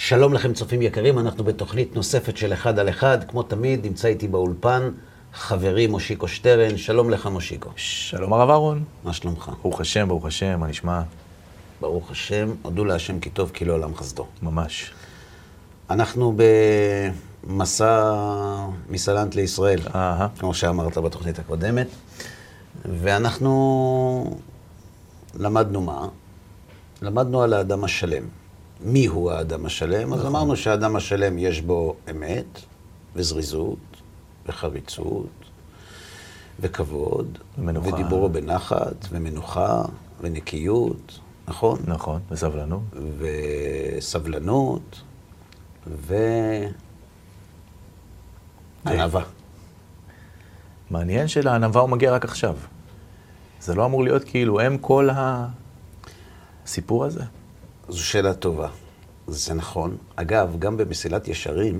שלום לכם צופים יקרים, אנחנו בתוכנית נוספת של אחד על אחד. כמו תמיד, נמצא איתי באולפן חברי מושיקו שטרן. שלום לך מושיקו. שלום הרב אהרון. מה שלומך? ברוך השם, מה נשמע? ברוך השם, הודו להשם כי טוב כי לעולם חסדו. ממש. אנחנו במסע מסלנט לישראל, כמו שאמרת בתוכנית הקודמת, ואנחנו למדנו מה? למדנו על האדם השלם. מי הוא האדם השלם? אז אמרנו שהאדם השלם יש בו אמת, וזריזות, וחריצות, וכבוד, ומנוחה. ודיבורו בנחת, ומנוחה, ונקיות, נכון? נכון, וסבלנות. וסבלנות, וענווה. מעניין שלענווה הוא מגיע רק עכשיו. זה לא אמור להיות כאילו הם כל הסיפור הזה? זו שאלה טובה, זה נכון. אגב, גם במסילת ישרים,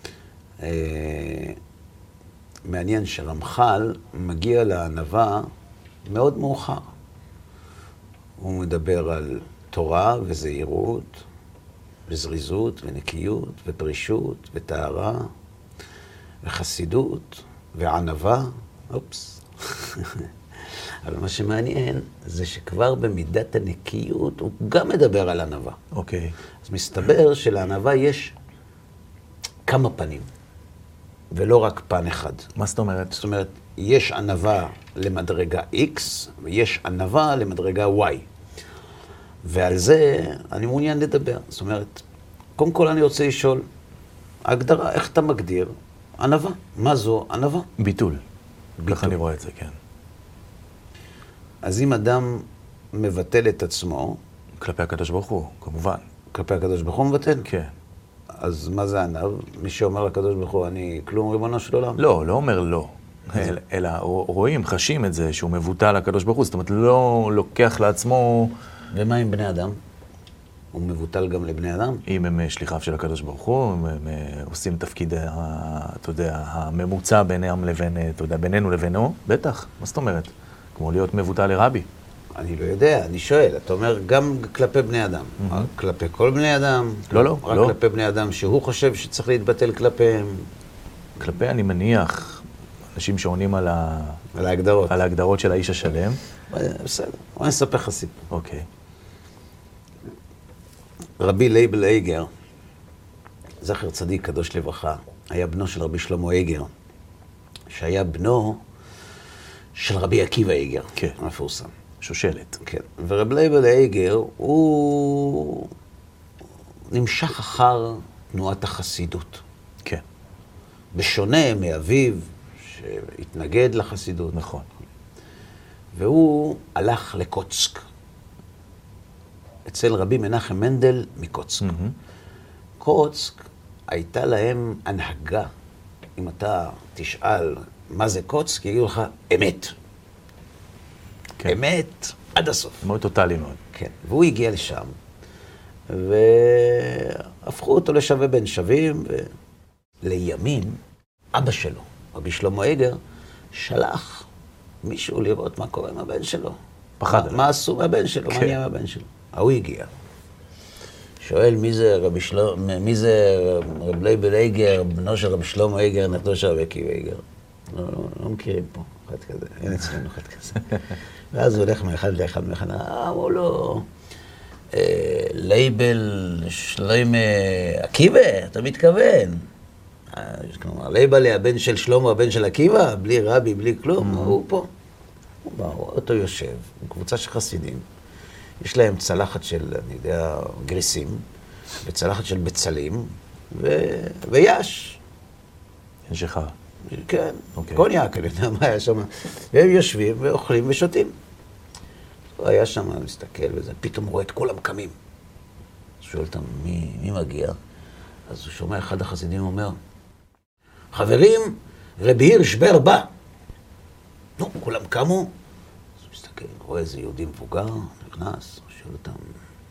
מעניין שרמח"ל מגיע לענווה מאוד מאוחר. הוא מדבר על תורה וזהירות, וזריזות ונקיות, ופרישות, וטהרה, וחסידות, וענווה. אופס. אבל מה שמעניין זה שכבר במידת הנקיות הוא גם מדבר על ענווה. אוקיי. אז מסתבר שלענווה יש כמה פנים, ולא רק פן אחד. מה זאת אומרת? זאת אומרת, יש ענווה למדרגה X, ויש ענווה למדרגה Y. ועל זה אני מעוניין לדבר. זאת אומרת, קודם כל אני רוצה לשאול, ההגדרה, איך אתה מגדיר ענווה? מה זו ענווה? ביטול. ככה אני רואה את זה, כן. אז אם אדם מבטל את עצמו, כלפי הקדוש ברוך הוא, כמובן. כלפי הקדוש ברוך הוא מבטל? כן. אז מה זה ענב? מי שאומר לקדוש ברוך הוא, אני כלום ריבונו של עולם? לא, לא אומר לא. אלא רואים, חשים את זה שהוא מבוטל לקדוש ברוך הוא. זאת אומרת, לא לוקח לעצמו... ומה עם בני אדם? הוא מבוטל גם לבני אדם? אם הם שליחיו של הקדוש ברוך הוא, הם עושים תפקיד, אתה יודע, הממוצע ביניהם לבין, אתה יודע, בינינו לבינו, בטח. מה זאת אומרת? כמו להיות מבוטל לרבי. אני לא יודע, אני שואל. אתה אומר גם כלפי בני אדם. כלפי כל בני אדם? לא. רק כלפי בני אדם שהוא חושב שצריך להתבטל כלפיהם? כלפי, אני מניח, אנשים שעונים על ההגדרות. על ההגדרות של האיש השלם. בסדר, אני אספר לך סיפור. אוקיי. רבי לייבל אייגר, זכר צדיק קדוש לברכה, היה בנו של רבי שלמה אייגר, שהיה בנו של רבי עקיבא אייגר, כן. המפורסם. שושלת. כן. ורבי לייבל אייגר, הוא נמשך אחר תנועת החסידות. כן. בשונה מאביו, שהתנגד לחסידות. נכון. והוא הלך לקוצק. אצל רבי מנחם מנדל מקוצק. קוצק הייתה להם הנהגה. אם אתה תשאל מה זה קוצק, יגידו לך אמת. כן. אמת עד הסוף. מאוד טוטלי מאוד. כן. והוא הגיע לשם, והפכו אותו לשווה בין שווים, ולימים אבא שלו, רבי שלמה אייגר, שלח מישהו לראות מה קורה עם הבן שלו. פחד עליו. מה עשו מהבן שלו? מה נהיה מהבן שלו? הוא הגיע. שואל מי זה רבי לייבל אייגר, בנו של רבי שלמה אייגר, נכדו של רבי עקיבא אייגר. לא מכירים פה אחד כזה, אין אצלנו אחד כזה. ואז הוא הולך מאחד לאחד, אמרו לו, לייבל שלמה עקיבא, אתה מתכוון? כלומר, לייבל הבן של שלמה, הבן של עקיבא, בלי רבי, בלי כלום, הוא פה. הוא בא, אותו יושב, קבוצה של חסידים, יש להם צלחת של, אני יודע, גריסים, וצלחת של בצלים, ויש. יש לך. כן, קוניאק, אני יודע מה היה שם. והם יושבים ואוכלים ושותים. הוא היה שם, מסתכל וזה, פתאום רואה את כולם קמים. אז שואל אותם, מי מגיע? אז הוא שומע אחד החסידים אומר, חברים, רבי הירשבר בא. נו, כולם קמו. אז הוא מסתכל, רואה איזה יהודי מבוגר, נכנס, הוא שואל אותם,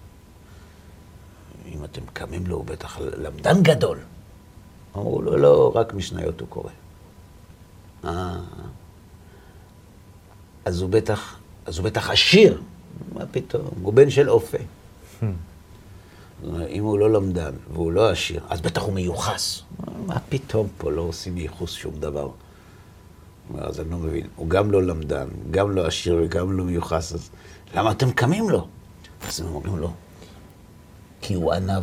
אם אתם קמים לו, הוא בטח למדן גדול. אמרו לו, לא, רק משניות הוא קורא. אז הוא בטח עשיר. מה פתאום? הוא בן של אופה. אם הוא לא למדן והוא לא עשיר, אז בטח הוא מיוחס. מה פתאום פה לא עושים ייחוס שום דבר? אז אני לא מבין. הוא גם לא למדן, גם לא עשיר וגם לא מיוחס, אז למה אתם קמים לו? אז הם אומרים לו, כי הוא ענב.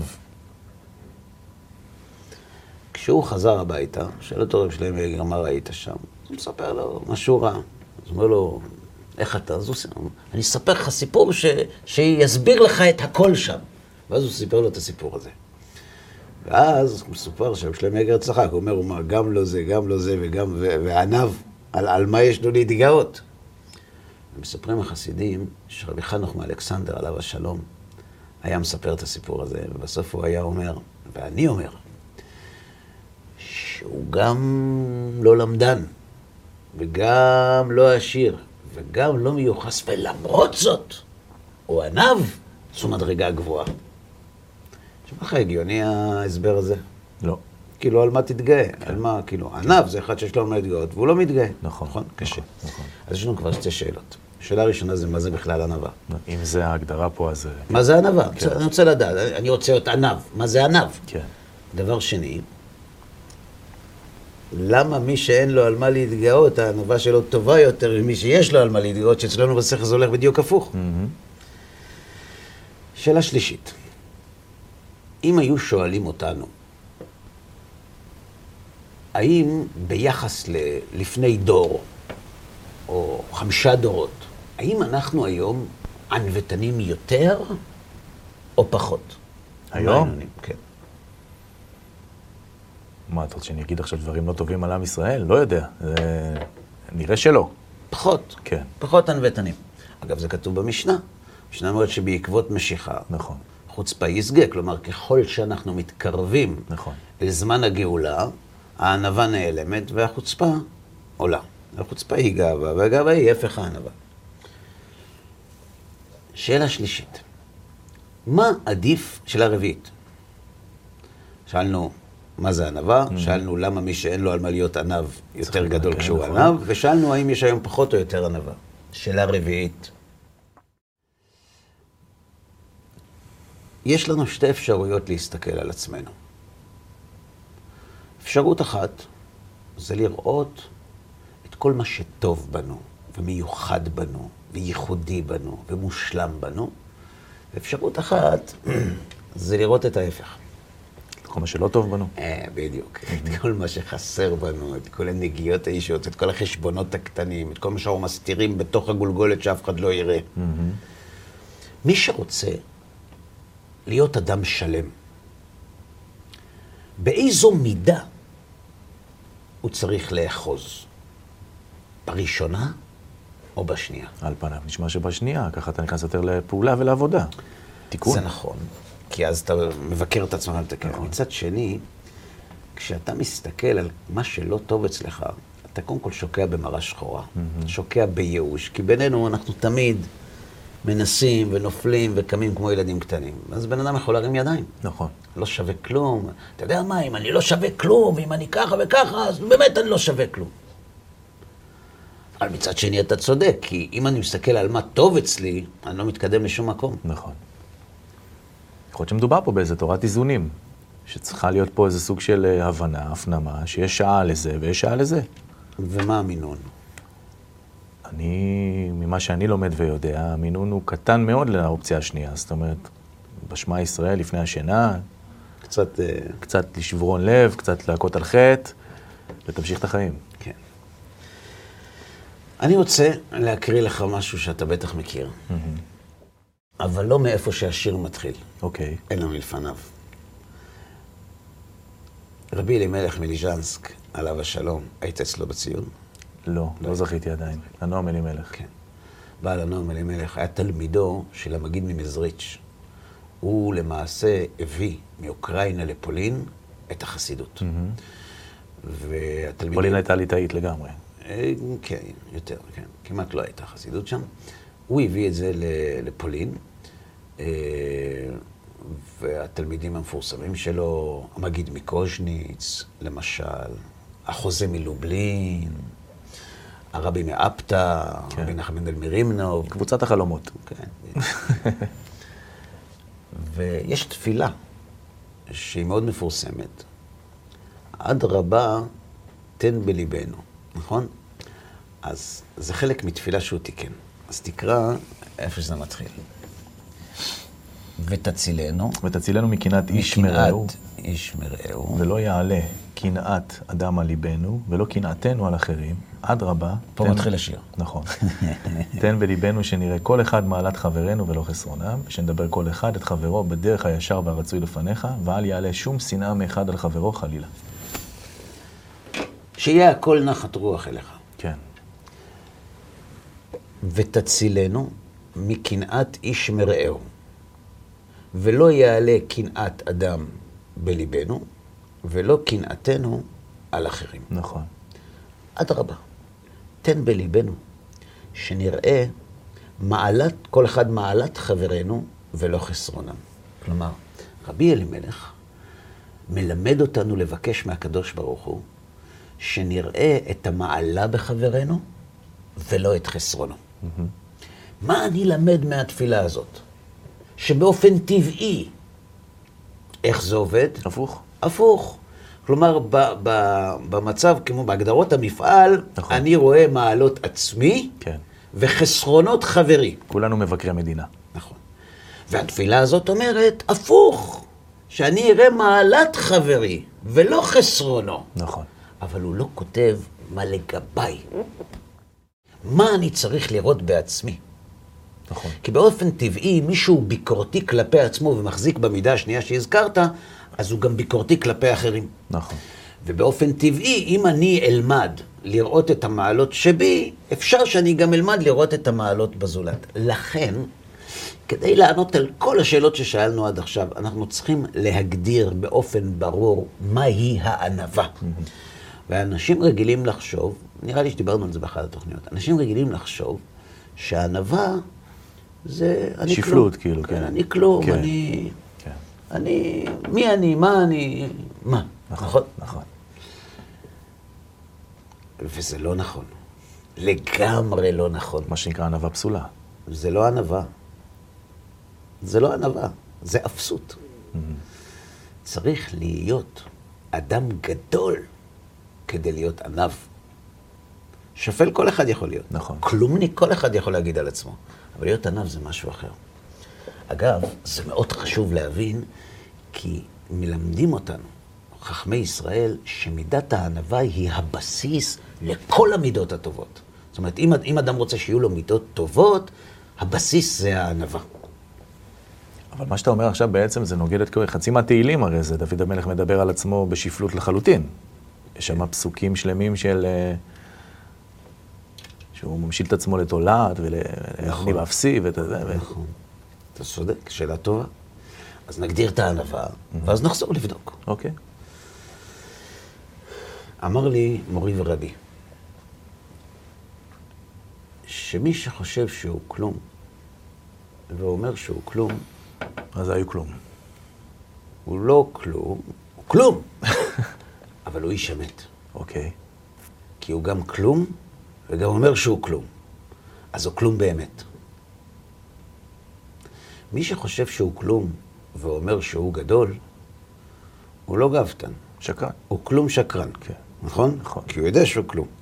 כשהוא חזר הביתה, שאל אותו רב שלמה יגר, מה ראית שם? אז הוא מספר לו משהו רע. אז הוא אומר לו, איך אתה? אז הוא אומר, אני אספר לך סיפור שיסביר לך את הכל שם. ואז הוא סיפר לו את הסיפור הזה. ואז הוא מסופר שרב שלמה יגר צחק, הוא אומר, גם לא זה, גם לא זה, וענב, על מה יש לו להתגאות. מספרים החסידים שרבי חנוך מאלכסנדר, עליו השלום, היה מספר את הסיפור הזה, ובסוף הוא היה אומר, ואני אומר, שהוא גם לא למדן, וגם לא עשיר, וגם לא מיוחס, ולמרות זאת, הוא ענב, זו מדרגה גבוהה. שמע לך הגיוני ההסבר הזה? לא. כאילו, על מה תתגאה? על מה, כאילו, ענב זה אחד שיש לו מה להתגאות, והוא לא מתגאה. נכון. קשה. אז יש לנו כבר שתי שאלות. השאלה הראשונה זה מה זה בכלל ענבה. אם זה ההגדרה פה, אז... מה זה ענבה? אני רוצה לדעת, אני רוצה להיות ענב. מה זה ענב? כן. דבר שני, למה מי שאין לו על מה להתגאות, הענבה שלו טובה יותר ממי שיש לו על מה להתגאות, שאצלנו בשכל זה הולך בדיוק הפוך? שאלה שלישית. אם היו שואלים אותנו, האם ביחס לפני דור, או 5 דורות, האם אנחנו היום ענוותנים יותר או פחות? היום? כן. מה, אתה רוצה שאני אגיד עכשיו דברים לא טובים על עם ישראל? לא יודע. נראה שלא. פחות. כן. פחות ענוותנים. אגב, זה כתוב במשנה. המשנה אומרת שבעקבות משיכה, נכון. חוצפה יסגה, כלומר, ככל שאנחנו מתקרבים לזמן הגאולה, הענבה נעלמת והחוצפה עולה. החוצפה היא גאווה, והגאווה היא הפך הענבה. שאלה שלישית. מה עדיף? שאלה רביעית. שאלנו מה זה ענבה, שאלנו למה מי שאין לו על מה להיות ענב יותר גדול כשהוא ענב, ושאלנו האם יש היום פחות או יותר ענבה. שאלה רביעית. יש לנו 2 אפשרויות להסתכל על עצמנו. אפשרות אחת זה לראות את כל מה שטוב בנו, ומיוחד בנו, וייחודי בנו, ומושלם בנו. ואפשרות אחת זה לראות את ההפך. כל מה שלא טוב בנו. בדיוק. את כל מה שחסר בנו, את כל הנגיעות האישיות, את כל החשבונות הקטנים, את כל מה שאנחנו מסתירים בתוך הגולגולת שאף אחד לא יראה. מי שרוצה להיות אדם שלם, באיזו מידה הוא צריך לאחוז? בראשונה או בשנייה? על פניו נשמע שבשנייה, ככה אתה נכנס יותר לפעולה ולעבודה. תיקון. זה נכון, כי אז אתה מבקר את עצמך לתקן. מצד שני, כשאתה מסתכל על מה שלא טוב אצלך, אתה קודם כל שוקע במראה שחורה, שוקע בייאוש, כי בינינו אנחנו תמיד מנסים ונופלים וקמים כמו ילדים קטנים. אז בן אדם יכול להרים ידיים. נכון. לא שווה כלום. אתה יודע מה, אם אני לא שווה כלום, ואם אני ככה וככה, אז באמת אני לא שווה כלום. אבל מצד שני אתה צודק, כי אם אני מסתכל על מה טוב אצלי, אני לא מתקדם לשום מקום. נכון. יכול להיות שמדובר פה באיזה תורת איזונים, שצריכה להיות פה איזה סוג של הבנה, הפנמה, שיש שעה לזה ויש שעה לזה. ומה המינון? ממה שאני לומד ויודע, המינון הוא קטן מאוד לאופציה השנייה. זאת אומרת, בשמע ישראל לפני השינה, קצת לשברון לב, קצת להכות על חטא, ותמשיך את החיים. כן. אני רוצה להקריא לך משהו שאתה בטח מכיר. אבל לא מאיפה שהשיר מתחיל. אוקיי. אלא מלפניו. רבי אלימלך מליז'נסק, עליו השלום, היית אצלו בציון? לא זכיתי עדיין. הנועם אלימלך. כן. בעל הנועם אלימלך היה תלמידו של המגיד ממזריץ'. הוא למעשה הביא מאוקראינה לפולין את החסידות. פולין הייתה ליטאית לגמרי. כן, יותר, כן. כמעט לא הייתה חסידות שם. הוא הביא את זה לפולין, והתלמידים המפורסמים שלו, המגיד מקוז'ניץ, למשל, החוזה מלובלין, הרבי מאפטה, רבי נחמן מנדל מרימנוב. קבוצת החלומות. כן. ויש תפילה שהיא מאוד מפורסמת. עד רבה תן בליבנו, נכון? אז זה חלק מתפילה שהוא תיקן. אז תקרא איפה שזה מתחיל. ותצילנו. ותצילנו מקנאת איש מרעהו. מקנאת איש מרעהו. ולא יעלה קנאת אדם על ליבנו, ולא קנאתנו על אחרים. עד רבה. פה מתחיל השיר. נכון. תן בליבנו שנראה כל אחד מעלת חברנו ולא חסרונם, שנדבר כל אחד את חברו בדרך הישר והרצוי לפניך, ואל יעלה שום שנאה מאחד על חברו חלילה. שיהיה הכל נחת רוח אליך. כן. ותצילנו מקנאת איש מרעהו, ולא יעלה קנאת אדם בליבנו, ולא קנאתנו על אחרים. נכון. אדרבה, תן בליבנו שנראה מעלת, כל אחד מעלת חברנו ולא חסרונם. כלומר, רבי אלימלך מלמד אותנו לבקש מהקדוש ברוך הוא שנראה את המעלה בחברנו ולא את חסרונו. מה אני למד מהתפילה הזאת? שבאופן טבעי, איך זה עובד? הפוך. הפוך. כלומר, במצב, כמו בהגדרות המפעל, נכון. אני רואה מעלות עצמי, כן. וחסרונות חברי. כולנו מבקרי מדינה. נכון. והתפילה הזאת אומרת, הפוך, שאני אראה מעלת חברי, ולא חסרונו. נכון. אבל הוא לא כותב מה לגביי. מה אני צריך לראות בעצמי? נכון. כי באופן טבעי, מישהו ביקורתי כלפי עצמו ומחזיק במידה השנייה שהזכרת, אז הוא גם ביקורתי כלפי אחרים. נכון. ובאופן טבעי, אם אני אלמד לראות את המעלות שבי, אפשר שאני גם אלמד לראות את המעלות בזולת. לכן, כדי לענות על כל השאלות ששאלנו עד עכשיו, אנחנו צריכים להגדיר באופן ברור מהי הענווה. ואנשים רגילים לחשוב, נראה לי שדיברנו על זה באחת התוכניות, אנשים רגילים לחשוב שהענווה זה אני שפלות, כלום. כאילו, כן. אני כלום, כן. אני, מי אני, מה אני, מה, נכון? נכון. וזה לא נכון. לגמרי לא נכון. מה שנקרא ענווה פסולה. זה לא ענווה. זה לא ענווה, זה אפסות. צריך להיות אדם גדול כדי להיות ענב. שפל כל אחד יכול להיות. נכון. כלומניק כל אחד יכול להגיד על עצמו. אבל להיות ענב זה משהו אחר. אגב, זה מאוד חשוב להבין, כי מלמדים אותנו, חכמי ישראל, שמידת הענווה היא הבסיס לכל המידות הטובות. זאת אומרת, אם אדם רוצה שיהיו לו מידות טובות, הבסיס זה הענווה. אבל מה שאתה אומר עכשיו בעצם זה נוגד את חצי מהתהילים, הרי זה דוד המלך מדבר על עצמו בשפלות לחלוטין. יש שם פסוקים שלמים של שהוא ממשיל את עצמו לתולעת ולאני באפסי ואת זה. נכון. אתה צודק, שאלה טובה. אז נגדיר את הענווה, ואז נחזור לבדוק. אוקיי. אמר לי מורי ורבי, שמי שחושב שהוא כלום, ואומר שהוא כלום, אז היו כלום. הוא לא כלום, הוא כלום, אבל הוא איש אמת. אוקיי. כי הוא גם כלום, וגם אומר שהוא כלום. אז הוא כלום באמת. מי שחושב שהוא כלום, ואומר שהוא גדול, הוא לא גאוותן. שקרן. הוא כלום שקרן. כן. נכון? נכון. כי הוא יודע שהוא כלום.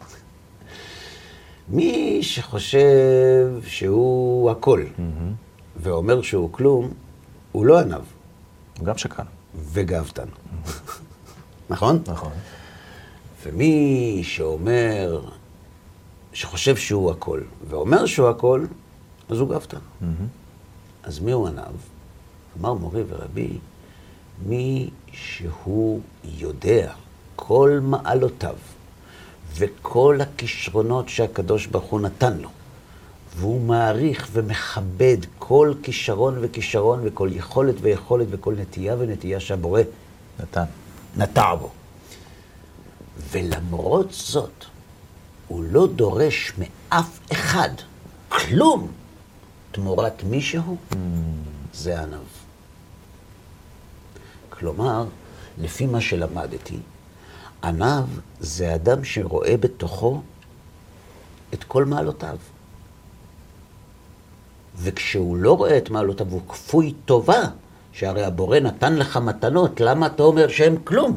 מי שחושב שהוא הכל, ואומר שהוא כלום, הוא לא ענב. הוא גם שקרן. וגאוותן. נכון? נכון. ומי שאומר, שחושב שהוא הכל, ואומר שהוא הכל, אז הוא גאוותן. אז מי הוא ענב? אמר מורי ורבי, מי שהוא יודע כל מעלותיו וכל הכישרונות שהקדוש ברוך הוא נתן לו, והוא מעריך ומכבד כל כישרון וכישרון וכל יכולת ויכולת וכל נטייה ונטייה שהבורא נטע בו. ולמרות זאת, הוא לא דורש מאף אחד כלום תמורת מישהו, זה ענב. כלומר, לפי מה שלמדתי, ענב זה אדם שרואה בתוכו את כל מעלותיו. וכשהוא לא רואה את מעלותיו, הוא כפוי טובה, שהרי הבורא נתן לך מתנות, למה אתה אומר שהם כלום?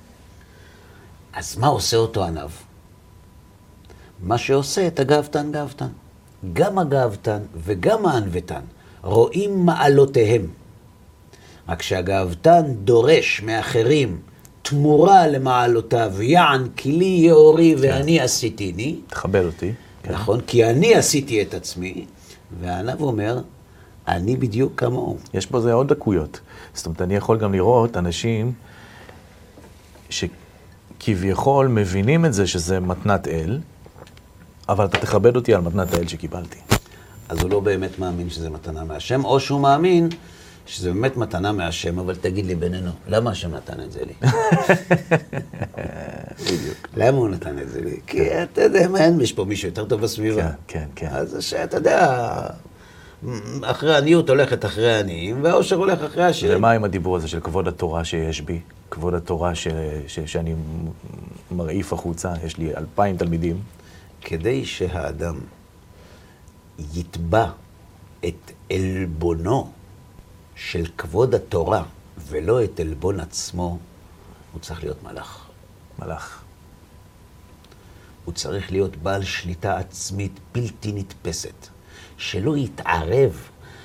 אז מה עושה אותו ענב? מה שעושה את הגאוותן גאוותן. גם הגאוותן וגם הענוותן רואים מעלותיהם. רק שהגאוותן דורש מאחרים תמורה למעלותיו, יען כי לי יאורי ואני עשיתיני. תכבד אותי. נכון, כי אני עשיתי את עצמי, והענב אומר, אני בדיוק כמוהו. יש פה זה עוד דקויות. זאת אומרת, אני יכול גם לראות אנשים שכביכול מבינים את זה שזה מתנת אל, אבל אתה תכבד אותי על מתנת האל שקיבלתי. אז הוא לא באמת מאמין שזה מתנה מהשם, או שהוא מאמין שזה באמת מתנה מהשם, אבל תגיד לי בינינו, למה השם נתן את זה לי? בדיוק. למה הוא נתן את זה לי? כי אתה יודע מה, יש פה מישהו יותר טוב בסביבה. כן, כן. אז שאתה יודע, אחרי העניות הולכת אחרי העניים, והאושר הולך אחרי השירים. ומה עם הדיבור הזה של כבוד התורה שיש בי? כבוד התורה שאני מרעיף החוצה, יש לי 2,000 תלמידים. כדי שהאדם יתבע את אלבונו של כבוד התורה, ולא את אלבון עצמו, הוא צריך להיות מלאך. מלאך. הוא צריך להיות בעל שליטה עצמית בלתי נתפסת, שלא יתערב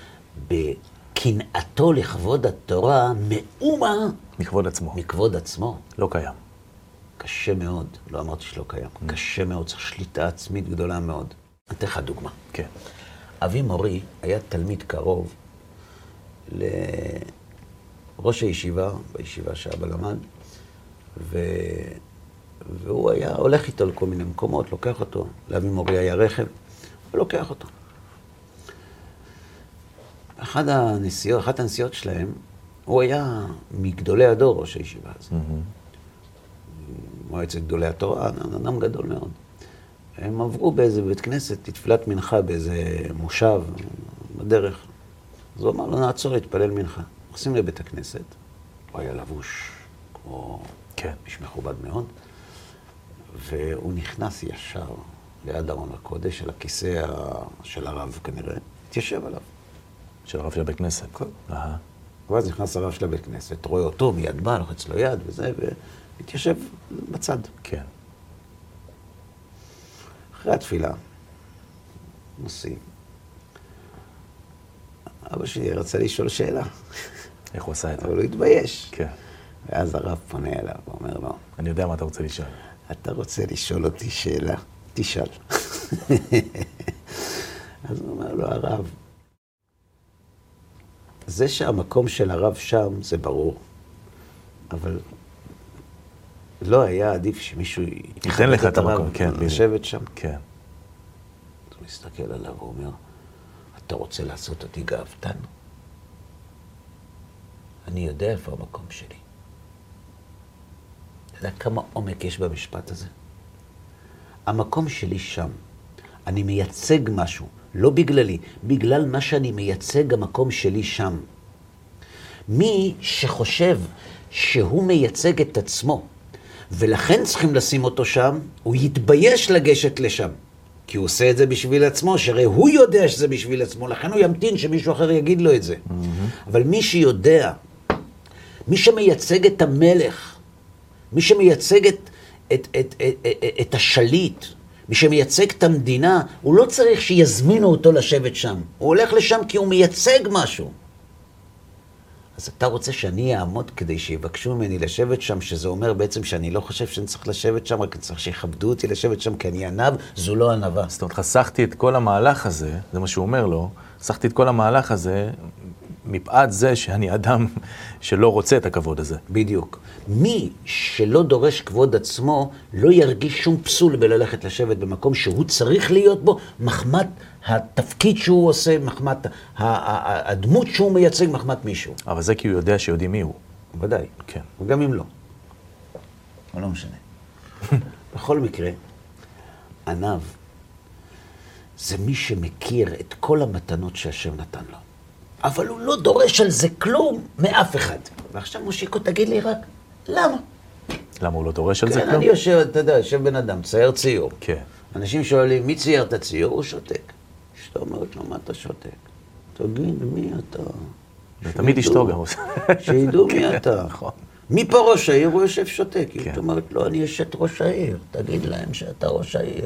בקנאתו לכבוד התורה מאומה. מכבוד עצמו. מכבוד עצמו. לא קיים. קשה מאוד, לא אמרתי שלא קיים, קשה מאוד, צריך שליטה עצמית גדולה מאוד. אני אתן לך דוגמה. כן. אבי מורי היה תלמיד קרוב לראש הישיבה, בישיבה שאבא למד, והוא היה הולך איתו לכל מיני מקומות, לוקח אותו. לאבי מורי היה רכב, ולוקח אותו. אחת הנסיעות שלהם, הוא היה מגדולי הדור, ראש הישיבה הזה. מועצת גדולי התורה, אדם גדול מאוד. הם עברו באיזה בית כנסת, תפילת מנחה באיזה מושב בדרך. אז הוא אמר לו, נעצור להתפלל מנחה. נכנסים לבית הכנסת, הוא היה לבוש כמו איש מכובד מאוד, והוא נכנס ישר ליד ארון הקודש, על הכיסא של הרב כנראה, התיישב עליו. של הרב של הבית כנסת? כן. ואז נכנס הרב של הבית כנסת, רואה אותו מיד בא, לוחץ לו יד וזה, והתיישב בצד. כן. אחרי התפילה, נוסעים. אבא שלי רצה לשאול שאלה. איך הוא עשה את זה? אבל הוא התבייש. כן. ואז הרב פונה אליו, ואומר לו, אני יודע מה אתה רוצה לשאול. אתה רוצה לשאול אותי שאלה? תשאל. אז הוא אומר לו, הרב, זה שהמקום של הרב שם, זה ברור. אבל לא היה עדיף שמישהו ייתן לך את המקום, כן. לשבת שם. כן. אז הוא מסתכל עליו ואומר, אתה רוצה לעשות אותי גאוותן? אני יודע איפה המקום שלי. אתה יודע כמה עומק יש במשפט הזה? המקום שלי שם. אני מייצג משהו, לא בגללי, בגלל מה שאני מייצג, המקום שלי שם. מי שחושב שהוא מייצג את עצמו, ולכן צריכים לשים אותו שם, הוא יתבייש לגשת לשם. כי הוא עושה את זה בשביל עצמו, שהרי הוא יודע שזה בשביל עצמו, לכן הוא ימתין שמישהו אחר יגיד לו את זה. אבל מי שיודע, מי שמייצג את המלך, מי שמייצג את השליט, מי שמייצג את המדינה, הוא לא צריך שיזמינו אותו לשבת שם. הוא הולך לשם כי הוא מייצג משהו. אז אתה רוצה שאני אעמוד כדי שיבקשו ממני לשבת שם, שזה אומר בעצם שאני לא חושב שאני צריך לשבת שם, רק צריך שיכבדו אותי לשבת שם, כי אני ענב, זו לא ענבה. זאת אומרת, חסכתי את כל המהלך הזה, זה מה שהוא אומר לו, חסכתי את כל המהלך הזה, מפאת זה שאני אדם שלא רוצה את הכבוד הזה. בדיוק. מי שלא דורש כבוד עצמו, לא ירגיש שום פסול בללכת לשבת במקום שהוא צריך להיות בו, מחמת התפקיד שהוא עושה, מחמת הדמות שהוא מייצג, מחמת מישהו. אבל זה כי הוא יודע שיודעים מי הוא. ודאי. כן. וגם אם לא. אבל לא משנה. בכל מקרה, ענב זה מי שמכיר את כל המתנות שהשם נתן לו. אבל הוא לא דורש על זה כלום מאף אחד. ועכשיו מושיקו, תגיד לי רק, למה? למה הוא לא דורש על זה כלום? כן, אני יושב, אתה יודע, יושב בן אדם, צייר ציור. כן. אנשים שואלים, מי צייר את הציור? הוא שותק. אשתו אומרת לו, מה אתה שותק? תגיד, מי אתה? ותמיד אשתו גם עושה. שידעו מי אתה. נכון. מי פה ראש העיר? הוא יושב שותק. היא אומרת, לא, אני אשת ראש העיר. תגיד להם שאתה ראש העיר.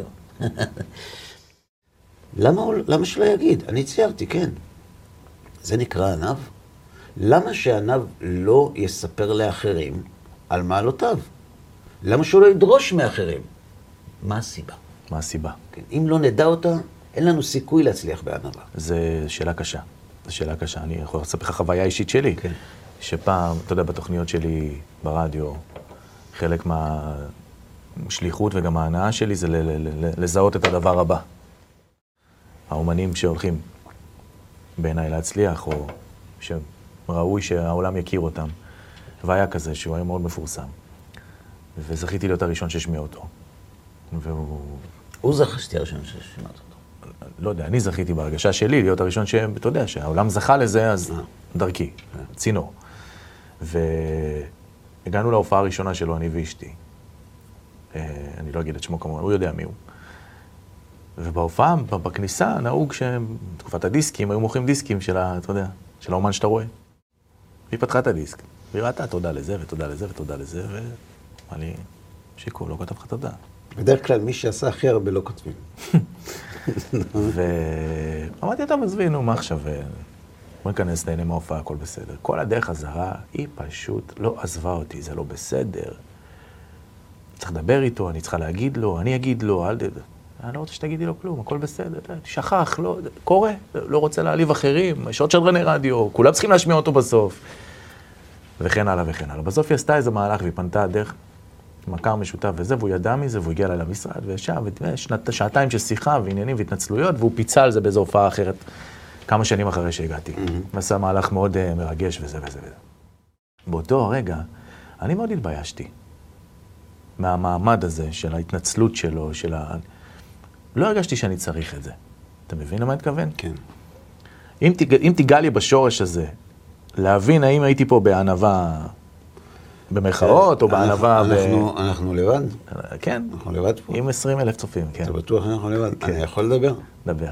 למה שלא יגיד? אני ציירתי, כן. זה נקרא ענב. למה שענב לא יספר לאחרים על מעלותיו? למה שהוא לא ידרוש מאחרים? מה הסיבה? מה הסיבה? כן. אם לא נדע אותה, אין לנו סיכוי להצליח בענבה. זו שאלה קשה. זו שאלה קשה. אני יכול לספר לך חוויה אישית שלי. כן. שפעם, אתה יודע, בתוכניות שלי ברדיו, חלק מהשליחות וגם ההנאה שלי זה לזהות את הדבר הבא. האומנים שהולכים בעיניי להצליח, או שראוי שהעולם יכיר אותם. והיה כזה שהוא היה מאוד מפורסם. וזכיתי להיות הראשון שהשמיע אותו. הוא זכה שתהיה הראשון שהשמיע אותו. לא יודע, אני זכיתי בהרגשה שלי להיות הראשון אתה יודע, שהעולם זכה לזה, אז דרכי, צינור. והגענו להופעה הראשונה שלו, אני ואשתי. אני לא אגיד את שמו כמובן, הוא יודע מי הוא. ובהופעה, בכניסה, נהוג שבתקופת הדיסקים, היו מוכרים דיסקים אתה יודע, של האומן שאתה רואה. והיא פתחה את הדיסק, והיא ראתה תודה לזה ותודה לזה ותודה לזה, ואמרה לי, שיקו, לא כתב לך תודה. בדרך כלל מי שעשה הכי הרבה לא כותבים. ואמרתי, טוב, עזבי, מה עכשיו? בוא ניכנס, נהנה מההופעה, הכל בסדר. כל הדרך הזרה, היא פשוט לא עזבה אותי, זה לא בסדר. צריך לדבר איתו, אני צריכה להגיד לו, אני אגיד לו, אני לא רוצה שתגידי לו כלום, הכל בסדר, שכח, לא, קורה, לא רוצה להעליב אחרים, יש עוד שדרני רדיו, כולם צריכים להשמיע אותו בסוף. וכן הלאה וכן הלאה. בסוף היא עשתה איזה מהלך והיא פנתה דרך מכר משותף וזה, והוא ידע מזה, והוא הגיע לה למשרד, וישב, שעתיים של שיחה ועניינים והתנצלויות, והוא פיצה על זה באיזו הופעה אחרת, כמה שנים אחרי שהגעתי. ועשה מהלך מאוד מרגש וזה וזה וזה. באותו הרגע, אני מאוד התביישתי. מהמעמד הזה, של ההתנצלות שלו, לא הרגשתי שאני צריך את זה. אתה מבין למה התכוון? כן. אם תיגע לי בשורש הזה, להבין האם הייתי פה בענווה במרכאות, או בענווה אנחנו לבד? כן. אנחנו לבד פה? עם 20,000 צופים, כן. אתה בטוח אנחנו לבד? אני יכול לדבר? דבר.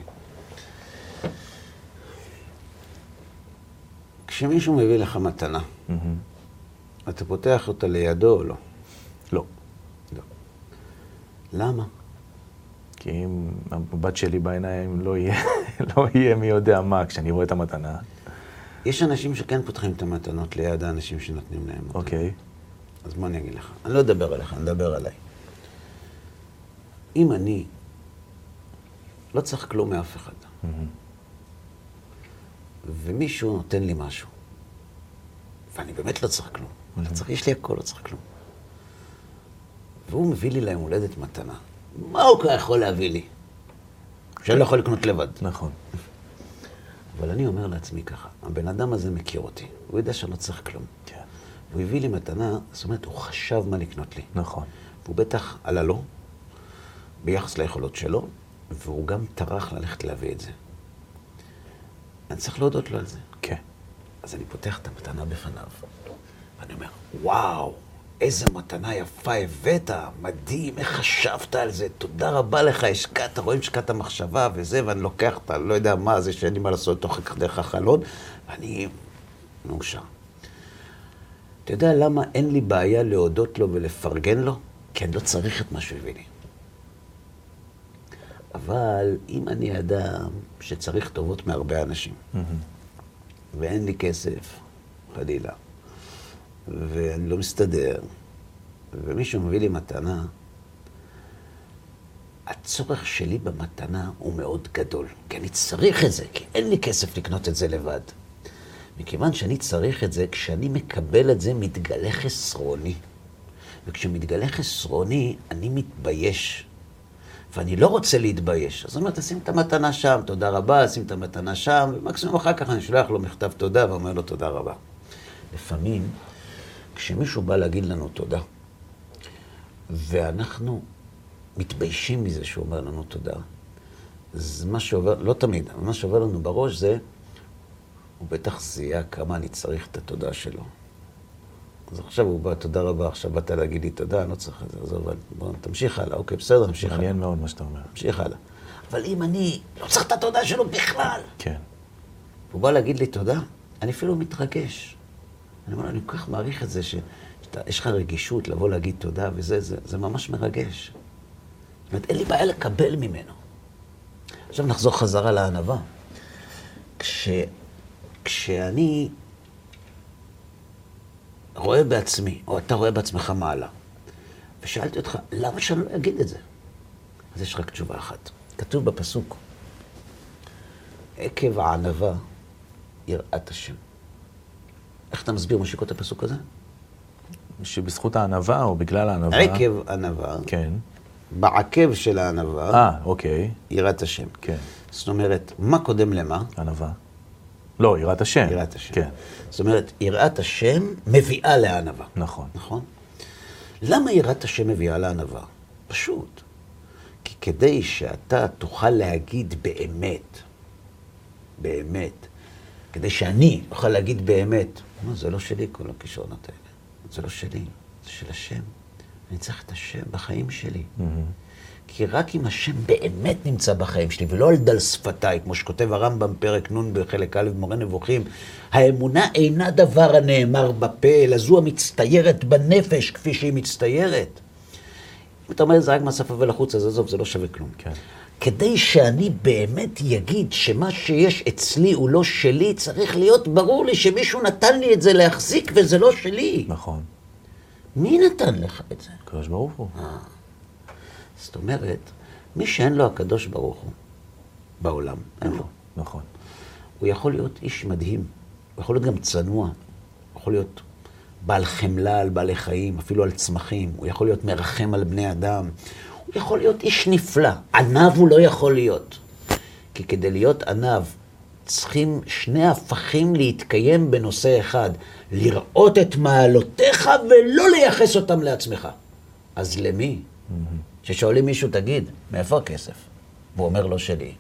כשמישהו מביא לך מתנה, אתה פותח אותה לידו או לא? לא. לא. למה? כי אם הבת שלי בעיניים לא יהיה מי יודע מה כשאני רואה את המתנה. יש אנשים שכן פותחים את המתנות ליד האנשים שנותנים להם אותם. אוקיי. אז מה אני אגיד לך? אני לא אדבר עליך, אני אדבר עליי. אם אני לא צריך כלום מאף אחד, ומישהו נותן לי משהו, ואני באמת לא צריך כלום, יש לי הכל, לא צריך כלום. והוא מביא לי ליום הולדת מתנה. מה הוא יכול להביא לי? שאני לא יכול לקנות לבד. נכון. אבל אני אומר לעצמי ככה, הבן אדם הזה מכיר אותי, הוא יודע שאני לא צריך כלום. כן. הוא הביא לי מתנה, זאת אומרת, הוא חשב מה לקנות לי. נכון. והוא בטח עלה לו, ביחס ליכולות שלו, והוא גם טרח ללכת להביא את זה. אני צריך להודות לו על זה. כן. אז אני פותח את המתנה בפניו, ואני אומר, וואו, איזה מתנה יפה הבאת, מדהים, איך חשבת על זה, תודה רבה לך, השקעת, רואים השקעת מחשבה וזה, ואני לוקח את לא יודע מה זה שאין לי מה לעשות תוך דרך החלון, ואני מאושר. אתה יודע למה אין לי בעיה להודות לו ולפרגן לו? כי אני לא צריך את מה שהוא הביא לי. אבל אם אני אדם שצריך טובות מהרבה אנשים, ואין לי כסף, חלילה, ואני לא מסתדר, ומישהו מביא לי מתנה, הצורך שלי במתנה הוא מאוד גדול, כי אני צריך את זה, כי אין לי כסף לקנות את זה לבד. מכיוון שאני צריך את זה, כשאני מקבל את זה, מתגלה חסרוני. וכשמתגלה חסרוני, אני מתבייש. ואני לא רוצה להתבייש. אז אני אומר, תשים את המתנה שם, תודה רבה, שים את המתנה שם, ומקסימום אחר כך אני שולח לו מכתב תודה, ואומר לו תודה רבה. לפעמים, כשמישהו בא להגיד לנו תודה, ואנחנו מתביישים מזה שהוא אומר לנו תודה, אז מה שעובר, לא תמיד, אבל מה שעובר לנו בראש זה, הוא בטח זיהה כמה אני צריך את התודה שלו. אז עכשיו הוא בא, תודה רבה, עכשיו באת להגיד לי תודה, אני לא צריך את זה, אז בוא, תמשיך הלאה, אוקיי, בסדר, תמשיך הלאה. מעניין מאוד מה שאתה אומר. תמשיך הלאה. אבל אם אני לא צריך את התודה שלו בכלל, כן. הוא בא להגיד לי תודה, אני אפילו מתרגש. אני אומר, אני כל כך מעריך את זה שיש לך רגישות לבוא להגיד תודה, זה ממש מרגש. זאת אומרת, אין לי בעיה לקבל ממנו. עכשיו נחזור חזרה לענווה. כשאני רואה בעצמי, או אתה רואה בעצמך מעלה, ושאלתי אותך, למה שאני לא אגיד את זה? אז יש רק תשובה אחת. כתוב בפסוק, עקב הענווה יראת השם. איך אתה מסביר משיקות הפסוק הזה? שבזכות הענווה או בגלל הענווה? עקב ענווה. כן. בעקב של הענווה. אוקיי. יראת השם. כן. זאת אומרת, מה קודם למה? ענווה. לא, יראת השם. יראת השם. כן. זאת אומרת, יראת השם מביאה לענווה. נכון. נכון? למה יראת השם מביאה לענווה? פשוט. כי כדי שאתה תוכל להגיד באמת, כדי שאני אוכל להגיד באמת, זה לא שלי כל הכישרונות האלה. זה לא שלי, זה של השם. אני צריך את השם בחיים שלי. כי רק אם השם באמת נמצא בחיים שלי, ולא על דל שפתיי, כמו שכותב הרמב"ם פרק נ' בחלק א' במורה נבוכים, האמונה אינה דבר הנאמר בפה, אלא זו המצטיירת בנפש כפי שהיא מצטיירת. אם אתה אומר, זה רק מהשפה ולחוץ, אז עזוב, זה לא שווה כלום. כן. כדי שאני באמת יגיד שמה שיש אצלי הוא לא שלי, צריך להיות ברור לי שמישהו נתן לי את זה להחזיק וזה לא שלי. נכון. מי נתן לך את זה? הקדוש ברוך הוא. זאת אומרת, מי שאין לו הקדוש ברוך הוא בעולם, אין לו. נכון. הוא יכול להיות איש מדהים, הוא יכול להיות גם צנוע, הוא יכול להיות בעל חמלה על בעלי חיים, אפילו על צמחים, הוא יכול להיות מרחם על בני אדם, הוא יכול להיות איש נפלא. ענב הוא לא יכול להיות. כי כדי להיות ענב, צריכים שני הפכים להתקיים בנושא אחד, לראות את מעלותיך ולא לייחס אותם לעצמך. אז למי? ששואלים מישהו, תגיד, מאיפה הכסף? והוא אומר לא שלי.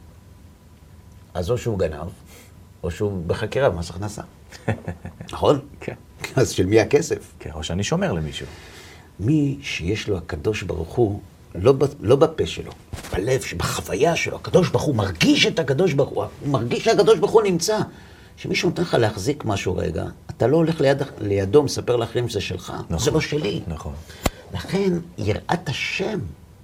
אז או שהוא גנב, או שהוא בחקירה במס הכנסה. נכון? כן. אז של מי הכסף? כן, או שאני שומר למישהו. מי שיש לו הקדוש ברוך הוא, לא בפה שלו, בלב, בחוויה שלו, הקדוש ברוך הוא מרגיש את הקדוש ברוך הוא, הוא מרגיש שהקדוש ברוך הוא נמצא. שמישהו נותן לך להחזיק משהו רגע, אתה לא הולך לידו, מספר לאחרים שזה שלך, נכון, זה לא שלי. נכון. לכן יראת השם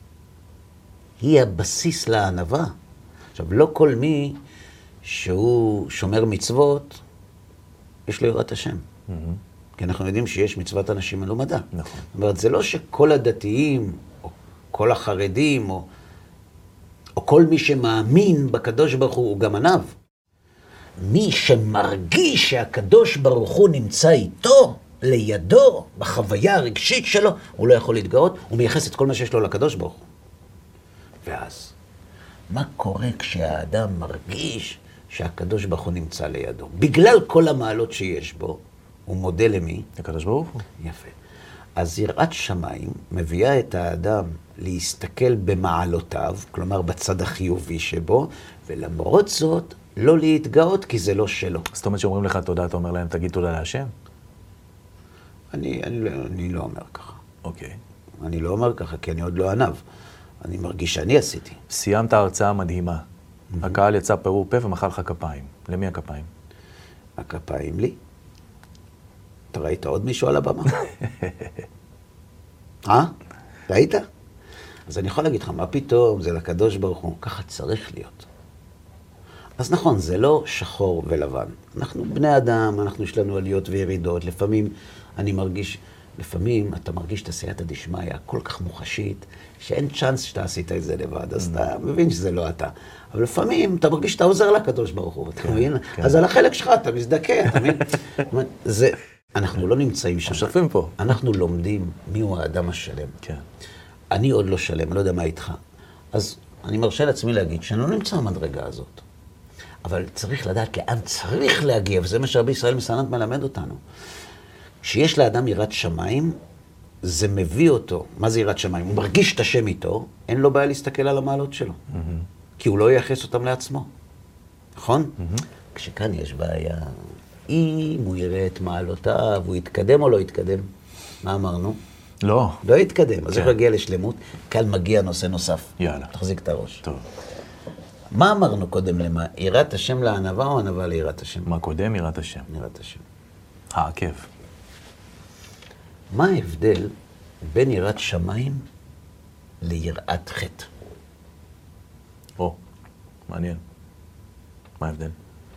היא הבסיס לענווה. עכשיו, לא כל מי שהוא שומר מצוות, יש לו יראת השם. כי אנחנו יודעים שיש מצוות אנשים מלומדה. נכון. זאת אומרת, זה לא שכל הדתיים, או כל החרדים, או כל מי שמאמין בקדוש ברוך הוא גם ענב. מי שמרגיש שהקדוש ברוך הוא נמצא איתו, לידו, בחוויה הרגשית שלו, הוא לא יכול להתגאות, הוא מייחס את כל מה שיש לו לקדוש ברוך הוא. ואז, מה קורה כשהאדם מרגיש שהקדוש ברוך הוא נמצא לידו? בגלל כל המעלות שיש בו, הוא מודה למי? הקדוש ברוך הוא. יפה. אז יראת שמיים מביאה את האדם להסתכל במעלותיו, כלומר בצד החיובי שבו, ולמרות זאת לא להתגאות כי זה לא שלו. זאת אומרת שאומרים לך תודה, אתה אומר להם תגיד תודה להשם? אני לא אומר ככה. אוקיי. אני לא אומר ככה כי אני עוד לא ענב. אני מרגיש שאני עשיתי. סיימת הרצאה מדהימה. הקהל יצא פעור פה ומחא לך כפיים. למי הכפיים? הכפיים לי. אתה ראית עוד מישהו על הבמה? ראית? אז אני יכול להגיד לך, מה פתאום? זה לקדוש ברוך הוא. ככה צריך להיות. אז נכון, זה לא שחור ולבן. אנחנו בני אדם, יש לנו עליות וירידות. לפעמים אתה מרגיש את הסייעתא דשמיא כל כך מוחשית, שאין צ'אנס שאתה עשית את זה לבד, אז אתה מבין שזה לא אתה. אבל לפעמים אתה מרגיש שאתה עוזר לקדוש ברוך הוא, אתה מבין? אז על החלק שלך אתה מזדכה, אתה מבין? אנחנו לא נמצאים שם. שותפים פה. אנחנו לומדים מיהו האדם השלם. כן. אני עוד לא שלם, לא יודע מה איתך. אז אני מרשה לעצמי להגיד שאני לא נמצא במדרגה הזאת. אבל צריך לדעת לאן צריך להגיע, וזה מה שרבי ישראל מסענת מלמד אותנו. כשיש לאדם יראת שמיים, זה מביא אותו. מה זה יראת שמיים? הוא מרגיש את השם איתו, אין לו בעיה להסתכל על המעלות שלו. כי הוא לא ייחס אותם לעצמו. נכון? כשכאן יש בעיה, אם הוא יראה את מעלותיו, הוא יתקדם או לא יתקדם? מה אמרנו? לא. לא יתקדם. אז איך להגיע לשלמות? כאן מגיע נושא נוסף. יאללה. תחזיק את הראש. טוב. מה אמרנו קודם למה? יראת השם לענווה או ענווה ליראת השם? מה קודם? יראת השם. יראת השם. העקב. מה ההבדל בין יראת שמיים ליראת חטא? מעניין. מה ההבדל?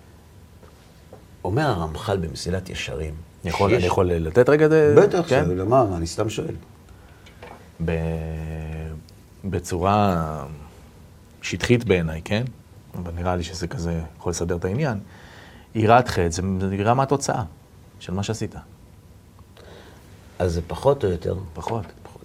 אומר הרמח"ל במסילת ישרים. אני יכול לתת רגע? בטח, למה? אני סתם שואל. בצורה שטחית בעיניי, כן? אבל נראה לי שזה כזה יכול לסדר את העניין. יראת חטא, זה נראה מה התוצאה של מה שעשית. אז זה פחות או יותר? פחות.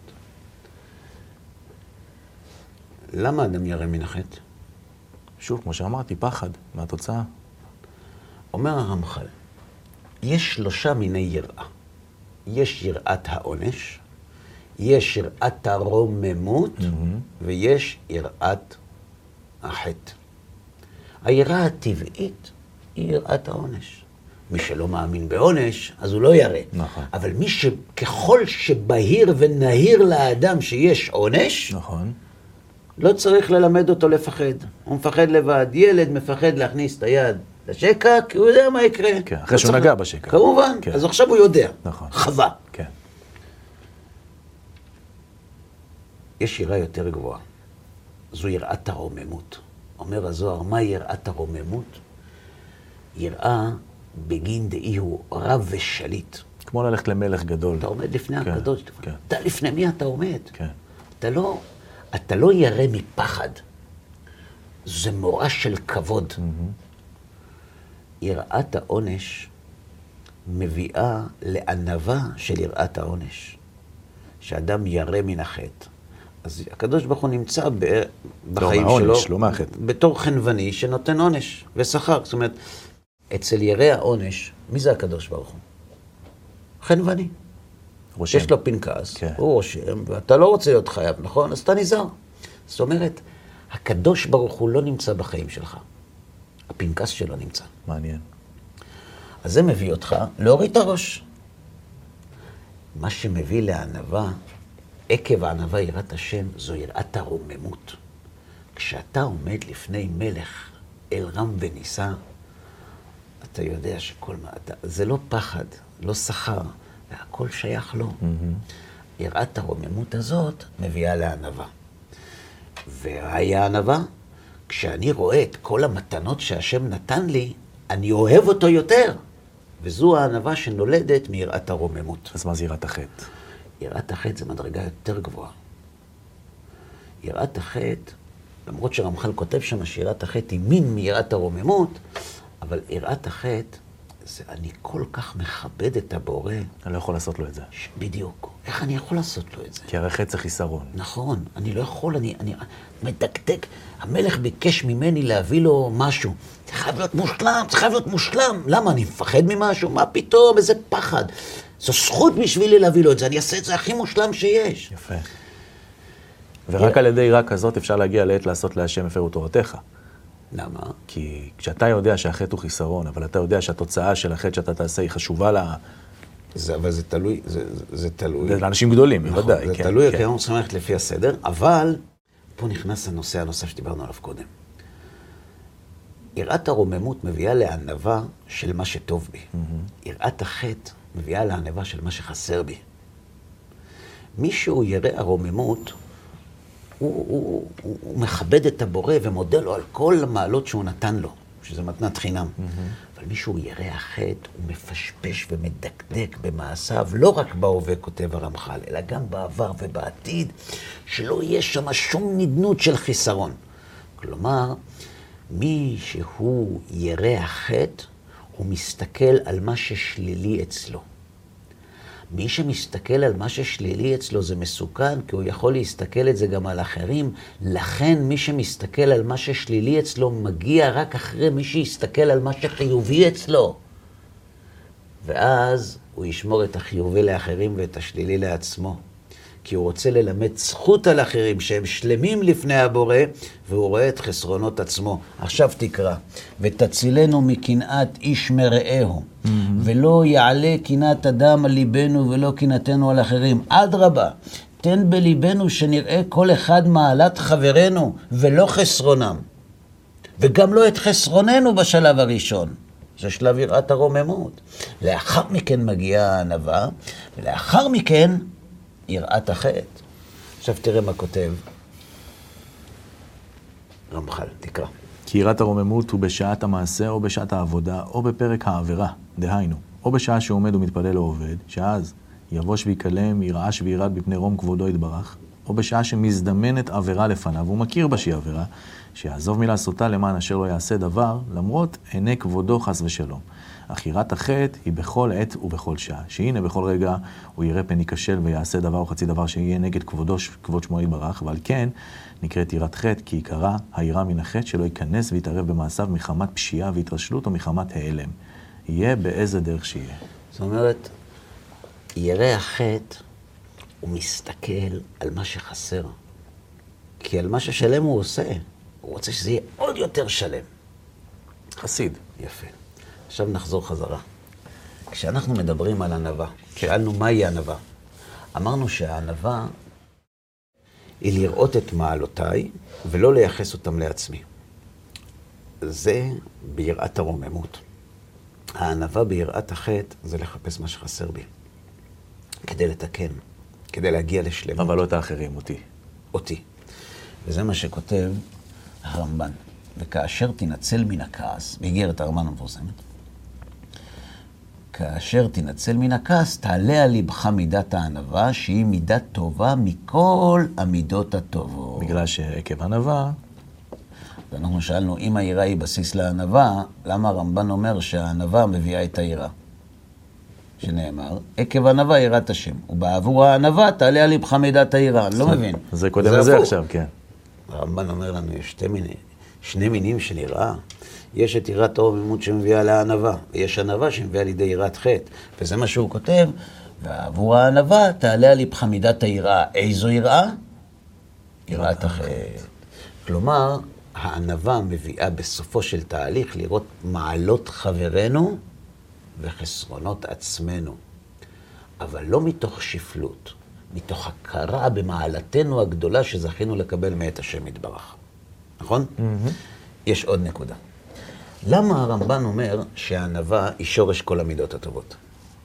למה אדם ירא מן החטא? שוב, כמו שאמרתי, פחד מהתוצאה. אומר הרמח"ל, יש 3 מיני יראה. יש יראת העונש, יש יראת הרוממות, ויש יראת החטא. היראה הטבעית היא יראת העונש. מי שלא מאמין בעונש, אז הוא לא ירא. נכון. אבל מי שככל שבהיר ונהיר לאדם שיש עונש, נכון. לא צריך ללמד אותו לפחד. הוא מפחד לבד. ילד מפחד להכניס את היד לשקע, כי הוא יודע מה יקרה. כן, אחרי שהוא נגע בשקע. כמובן, כן. אז עכשיו הוא יודע. נכון. חווה. כן. יש יראה יותר גבוהה. זו יראת הרוממות. אומר הזוהר, מה יראת הרוממות? יראה בגין דאי הוא רב ושליט. כמו ללכת למלך גדול. אתה עומד לפני כן, הקדוש. כן. אתה לפני מי אתה עומד? כן. אתה לא ירא מפחד. זה מורא של כבוד. יראת העונש מביאה לענווה של יראת העונש. שאדם ירא מן החטא. אז הקדוש ברוך הוא נמצא בחיים מהעונש, שלו, לא מהחטא. בתור חנווני שנותן עונש ושכר. זאת אומרת, אצל ירא העונש, מי זה הקדוש ברוך הוא? חנווני. רושם. יש לו פנקס, כן. הוא רושם, ואתה לא רוצה להיות חייב, נכון? אז אתה נזהר. זאת אומרת, הקדוש ברוך הוא לא נמצא בחיים שלך. הפנקס שלו נמצא. מעניין. אז זה מביא אותך להוריד את הראש. מה שמביא לענווה, עקב הענווה יראת השם, זו יראת הרוממות. כשאתה עומד לפני מלך אל רם ונישא, אתה יודע שכל מה, זה לא פחד, לא שכר, והכל שייך לו. יראת הרוממות הזאת מביאה לענווה. והיה הענווה, כשאני רואה את כל המתנות שהשם נתן לי, אני אוהב אותו יותר. וזו הענווה שנולדת מיראת הרוממות. אז מה זה יראת החטא? יראת החטא זה מדרגה יותר גבוהה. יראת החטא, למרות שרמח"ל כותב שם שיראת החטא היא מין מיראת הרוממות, אבל יראת החטא, זה אני כל כך מכבד את הבורא. אני לא יכול לעשות לו את זה. בדיוק. איך אני יכול לעשות לו את זה? כי הרי חטא זה חיסרון. נכון, אני לא יכול, אני מדקדק. המלך ביקש ממני להביא לו משהו. זה חייב להיות מושלם, זה חייב להיות מושלם. למה? אני מפחד ממשהו? מה פתאום? איזה פחד. זו זכות בשבילי להביא לו את זה, אני אעשה את זה הכי מושלם שיש. יפה. ורק על ידי יראה כזאת אפשר להגיע לעת לעשות להשם הפרו תורתך. למה? כי כשאתה יודע שהחטא הוא חיסרון, אבל אתה יודע שהתוצאה של החטא שאתה תעשה היא חשובה לה... אבל זה תלוי, זה תלוי. זה לאנשים גדולים, בוודאי. נכון, זה תלוי, כי אנחנו צריכים ללכת לפי הסדר, אבל פה נכנס הנושא הנוסף שדיברנו עליו קודם. יראת הרוממות מביאה לענווה של מה שטוב בי. יראת החטא מביאה לענווה של מה שחסר בי. מי שהוא ירא הרוממות, הוא מכבד את הבורא ומודה לו על כל המעלות שהוא נתן לו, שזה מתנת חינם. אבל מי שהוא ירא החטא, הוא מפשפש ומדקדק במעשיו, לא רק בהווה כותב הרמח"ל, אלא גם בעבר ובעתיד, שלא יהיה שם שום נדנות של חיסרון. כלומר, מי שהוא ירא החטא, הוא מסתכל על מה ששלילי אצלו. מי שמסתכל על מה ששלילי אצלו זה מסוכן, כי הוא יכול להסתכל את זה גם על אחרים. לכן מי שמסתכל על מה ששלילי אצלו מגיע רק אחרי מי שיסתכל על מה שחיובי אצלו. ואז הוא ישמור את החיובי לאחרים ואת השלילי לעצמו. כי הוא רוצה ללמד זכות על אחרים שהם שלמים לפני הבורא, והוא רואה את חסרונות עצמו. עכשיו תקרא, ותצילנו מקנאת איש מרעהו, ולא יעלה קנאת אדם על ליבנו ולא קנאתנו על אחרים. אדרבה, תן בליבנו שנראה כל אחד מעלת חברנו ולא חסרונם. וגם לא את חסרוננו בשלב הראשון. זה שלב יראת הרוממות. לאחר מכן מגיעה הענווה, ולאחר מכן יראת החטא. עכשיו תראה מה כותב רמח"ל, תקרא. כי יראת הרוממות הוא בשעת המעשה או בשעת העבודה או בפרק העבירה, דהיינו, או בשעה שעומד ומתפלל או עובד, שאז יבוש ויקלם, ירעש וירד בפני רום כבודו יתברך, או בשעה שמזדמנת עבירה לפניו, הוא מכיר בה שהיא עבירה, שיעזוב מלעשותה למען אשר לא יעשה דבר, למרות עיני כבודו חס ושלום. אך יראת החטא היא בכל עת ובכל שעה, שהנה בכל רגע הוא יראה פן ייכשל ויעשה דבר או חצי דבר שיהיה נגד כבוד שמו יתברך, ועל כן נקראת יראת חטא, כי עיקרה היראה מן החטא שלא ייכנס ויתערב במעשיו מחמת פשיעה והתרשלות או מחמת העלם. יהיה באיזה דרך שיהיה. זאת אומרת, ירא החטא הוא מסתכל על מה שחסר, כי על מה ששלם הוא עושה. הוא רוצה שזה יהיה עוד יותר שלם. חסיד. יפה. עכשיו נחזור חזרה. כשאנחנו מדברים על ענווה, שאלנו מהי ענווה. אמרנו שהענווה היא לראות את מעלותיי ולא לייחס אותם לעצמי. זה ביראת הרוממות. הענווה ביראת החטא זה לחפש מה שחסר בי. כדי לתקן, כדי להגיע לשלמות. אבל לא את האחרים, אותי. וזה מה שכותב הרמב"ן. וכאשר תנצל מן הכעס, באיגרת הרמב"ן המפורסמת, כאשר תנצל מן הכעס, תעלה על ליבך מידת הענווה, שהיא מידה טובה מכל המידות הטובות. בגלל שעקב ענווה... ואנחנו שאלנו, אם היראה היא בסיס לענווה, למה הרמב"ן אומר שהענווה מביאה את היראה? שנאמר, עקב ענווה יראת השם, ובעבור הענווה תעלה על ליבך מידת היראה. אני לא מבין. זה קודם לזה עכשיו, כן. הרמב"ן אומר לנו, יש שני מינים של יראה. יש את יראת הרוממות שמביאה לענווה, ויש ענווה שמביאה לידי יראת חטא. וזה מה שהוא כותב, ועבור הענווה תעלה על ליבך מידת היראה. איזו יראה? יראת החטא. כלומר, הענווה מביאה בסופו של תהליך לראות מעלות חברנו וחסרונות עצמנו. אבל לא מתוך שפלות, מתוך הכרה במעלתנו הגדולה שזכינו לקבל מאת השם יתברך. נכון? יש עוד נקודה. למה הרמב"ן אומר שהענווה היא שורש כל המידות הטובות?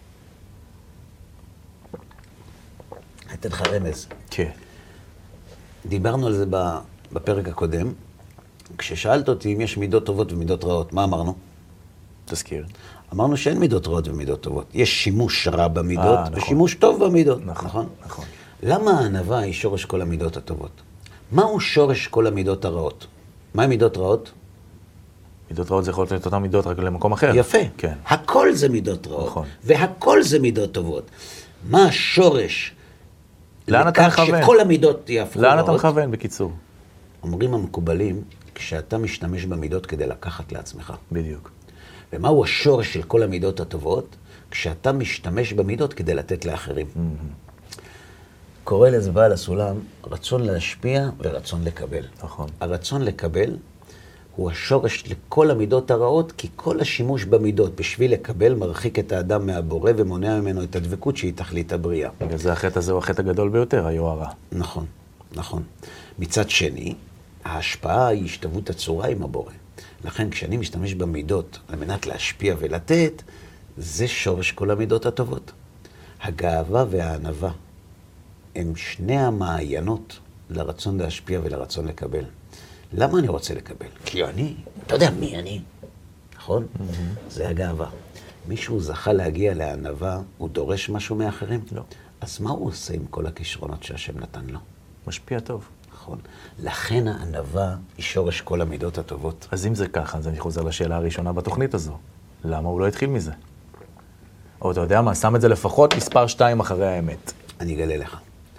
אתן לך רמז. כן. דיברנו על זה בפרק הקודם. כששאלת אותי אם יש מידות טובות ומידות רעות, מה אמרנו? תזכיר. אמרנו שאין מידות רעות ומידות טובות. יש שימוש רע במידות ושימוש טוב במידות. נכון, נכון. למה הענווה היא שורש כל המידות הטובות? מהו שורש כל המידות הרעות? מה מידות רעות? מידות רעות זה יכול להיות אותן מידות רק למקום אחר. יפה. כן. הכל זה מידות רעות. נכון. והכל זה מידות טובות. מה השורש? לאן אתה מכוון? שכל המידות יהפכו רעות? לאן אתה מכוון, בקיצור? אומרים המקובלים, כשאתה משתמש במידות כדי לקחת לעצמך. בדיוק. ומהו השורש של כל המידות הטובות? כשאתה משתמש במידות כדי לתת לאחרים. קורא לזה בעל הסולם, רצון להשפיע ורצון לקבל. נכון. הרצון לקבל הוא השורש לכל המידות הרעות, כי כל השימוש במידות בשביל לקבל מרחיק את האדם מהבורא ומונע ממנו את הדבקות שהיא תכלית הבריאה. בגלל זה החטא הזה הוא החטא הגדול ביותר, היוהרה. נכון, נכון. מצד שני, ההשפעה היא השתוות הצורה עם הבורא. לכן כשאני משתמש במידות על מנת להשפיע ולתת, זה שורש כל המידות הטובות. הגאווה והענווה הם שני המעיינות לרצון להשפיע ולרצון לקבל. למה אני רוצה לקבל? כי אני, אתה יודע מי אני, נכון? זה הגאווה. מישהו זכה להגיע לענווה, הוא דורש משהו מאחרים? לא. אז מה הוא עושה עם כל הכישרונות שהשם נתן לו? משפיע טוב. נכון. לכן הענווה היא שורש כל המידות הטובות. אז אם זה ככה, אז אני חוזר לשאלה הראשונה בתוכנית הזו. למה הוא לא התחיל מזה? או אתה יודע מה, שם את זה לפחות מספר 2 אחרי האמת. אני אגלה לך.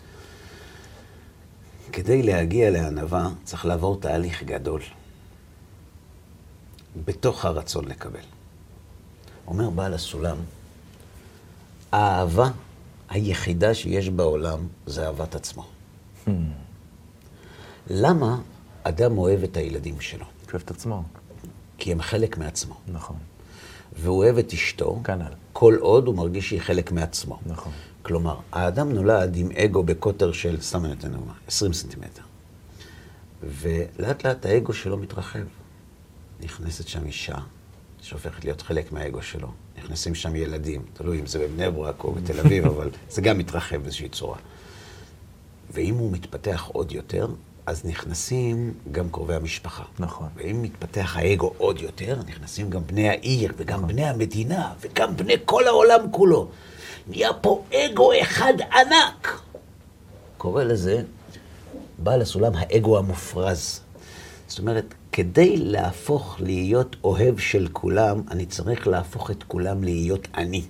כדי להגיע לענווה צריך לעבור תהליך גדול. בתוך הרצון לקבל. אומר בעל הסולם, האהבה היחידה שיש בעולם זה אהבת עצמו. למה אדם אוהב את הילדים שלו? אוהב את עצמו. כי הם חלק מעצמו. נכון. והוא אוהב את אשתו, כנ"ל. כל עוד הוא מרגיש שהיא חלק מעצמו. נכון. כלומר, האדם נולד עם אגו בקוטר של, סתם אני אתן דוגמה, 20 סנטימטר. ולאט לאט האגו שלו מתרחב. נכנסת שם אישה, שהופכת להיות חלק מהאגו שלו. נכנסים שם ילדים, תלוי אם זה בבני ברק או בתל אביב, אבל זה גם מתרחב באיזושהי צורה. ואם הוא מתפתח עוד יותר, אז נכנסים גם קרובי המשפחה. נכון. ואם מתפתח האגו עוד יותר, נכנסים גם בני העיר, וגם בני המדינה, וגם בני כל העולם כולו. נהיה פה אגו אחד ענק. קורא לזה, בעל הסולם האגו המופרז. זאת אומרת, כדי להפוך להיות אוהב של כולם, אני צריך להפוך את כולם להיות אני.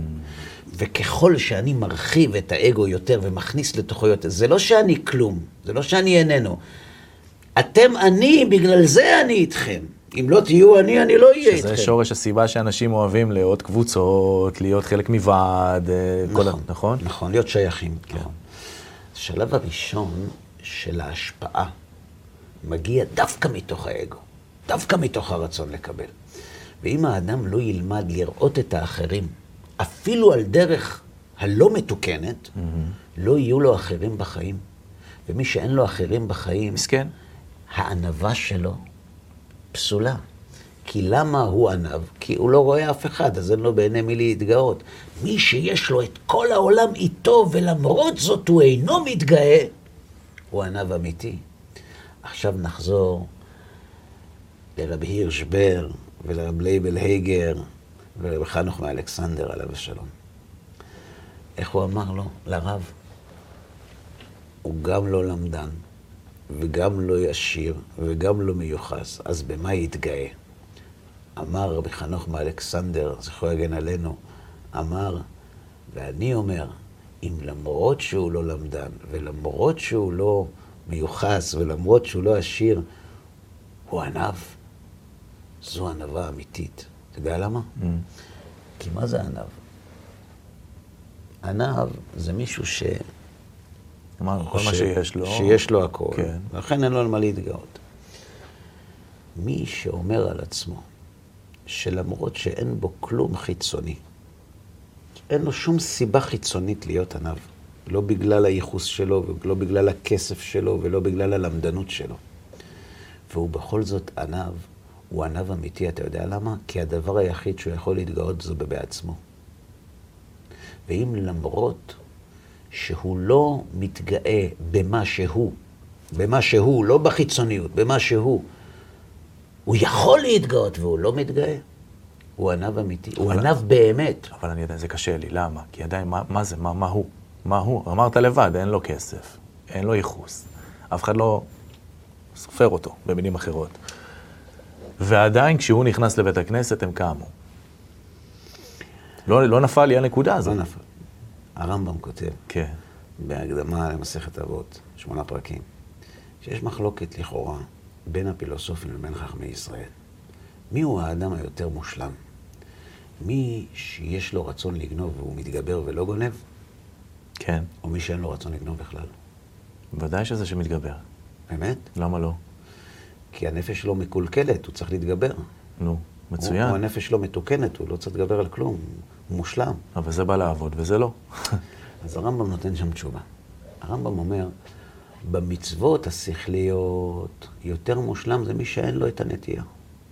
וככל שאני מרחיב את האגו יותר ומכניס לתוכו יותר, זה לא שאני כלום, זה לא שאני איננו. אתם אני, בגלל זה אני איתכם. אם לא תהיו אני לא אהיה איתכם. שזה שורש הסיבה שאנשים אוהבים להיות קבוצות, להיות חלק מוועד, נכון? נכון, להיות שייכים. נכון. השלב הראשון של ההשפעה מגיע דווקא מתוך האגו, דווקא מתוך הרצון לקבל. ואם האדם לא ילמד לראות את האחרים, אפילו על דרך הלא מתוקנת, לא יהיו לו אחרים בחיים. ומי שאין לו אחרים בחיים, מסכן. הענווה שלו פסולה. כי למה הוא ענב? כי הוא לא רואה אף אחד, אז אין לו בעיני מי להתגאות. מי שיש לו את כל העולם איתו, ולמרות זאת הוא אינו מתגאה, הוא ענב אמיתי. עכשיו נחזור לרבי הירשבר ולרב לייבל הייגר ולרב חנוך מאלכסנדר עליו השלום. איך הוא אמר לו? לרב, הוא גם לא למדן וגם לא ישיר וגם לא מיוחס, אז במה יתגאה? אמר רבי חנוך מאלכסנדר, זכרו יגן עלינו, אמר, ואני אומר, אם למרות שהוא לא למדן ולמרות שהוא לא מיוחס ולמרות שהוא לא עשיר, הוא ענב. זו ענבה אמיתית. אתה יודע למה? כי מה זה ענב? ענב זה מישהו כל מה שיש לו. שיש לו הכל. כן. ולכן אין לו על מה להתגאות. מי שאומר על עצמו שלמרות שאין בו כלום חיצוני, אין לו שום סיבה חיצונית להיות ענב. לא בגלל הייחוס שלו, ולא בגלל הכסף שלו, ולא בגלל הלמדנות שלו. והוא בכל זאת ענב, הוא ענב אמיתי, אתה יודע למה? כי הדבר היחיד שהוא יכול להתגאות זו בעצמו. ואם למרות שהוא לא מתגאה במה שהוא, לא בחיצוניות, במה שהוא, הוא יכול להתגאות והוא לא מתגאה, הוא ענב אמיתי, הוא ענב באמת. אבל אני יודע, זה קשה לי, למה? כי עדיין, מה זה? מה הוא? מה הוא? אמרת לבד, אין לו כסף, אין לו ייחוס, אף אחד לא סופר אותו, במילים אחרות. ועדיין כשהוא נכנס לבית הכנסת הם קמו. לא נפל לי הנקודה הזאת. לא נפל. הרמב"ם כותב, כן. בהקדמה למסכת אבות, 8 פרקים, שיש מחלוקת לכאורה בין הפילוסופים לבין חכמי ישראל. מי הוא האדם היותר מושלם? מי שיש לו רצון לגנוב והוא מתגבר ולא גונב? כן. או מי שאין לו רצון לגנוב בכלל? ודאי שזה שמתגבר. באמת? למה לא? כי הנפש שלו מקולקלת, הוא צריך להתגבר. נו, מצוין. הוא הנפש שלו מתוקנת, הוא לא צריך לדבר על כלום, הוא מושלם. אבל זה בא לעבוד וזה לא. אז הרמב"ם נותן שם תשובה. הרמב"ם אומר, במצוות השכליות, יותר מושלם זה מי שאין לו את הנטייה.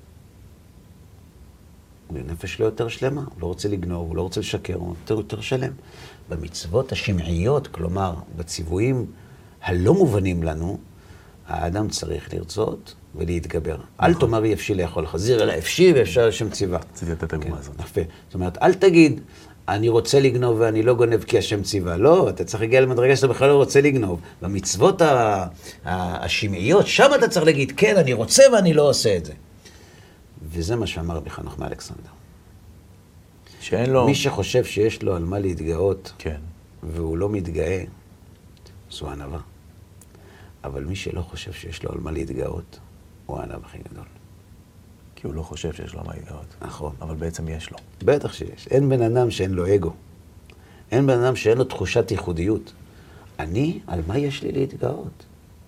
הנפש שלו יותר שלמה, הוא לא רוצה לגנוב, הוא לא רוצה לשקר, הוא יותר שלם. במצוות השמעיות, כלומר, בציוויים הלא מובנים לנו, האדם צריך לרצות ולהתגבר. אל תאמר אי אפשי לאכול חזיר, אלא אפשי ואפשר לשם ציווה. רציתי לתת את הדוגמה הזאת. יפה. זאת אומרת, אל תגיד, אני רוצה לגנוב ואני לא גונב כי השם ציווה. לא, אתה צריך להגיע למדרגה שאתה בכלל לא רוצה לגנוב. במצוות השמעיות, שם אתה צריך להגיד, כן, אני רוצה ואני לא עושה את זה. וזה מה שאמר רבי חנוך מאלכסנדר. שאין לו... מי שחושב שיש לו על מה להתגאות, כן. והוא לא מתגאה, זו ענווה. אבל מי שלא חושב שיש לו על מה להתגאות, הוא הענב הכי גדול. כי הוא לא חושב שיש לו מה להתגאות. נכון. אבל בעצם יש לו. בטח שיש. אין בן אדם שאין לו אגו. אין בן אדם שאין לו תחושת ייחודיות. אני, על מה יש לי להתגאות?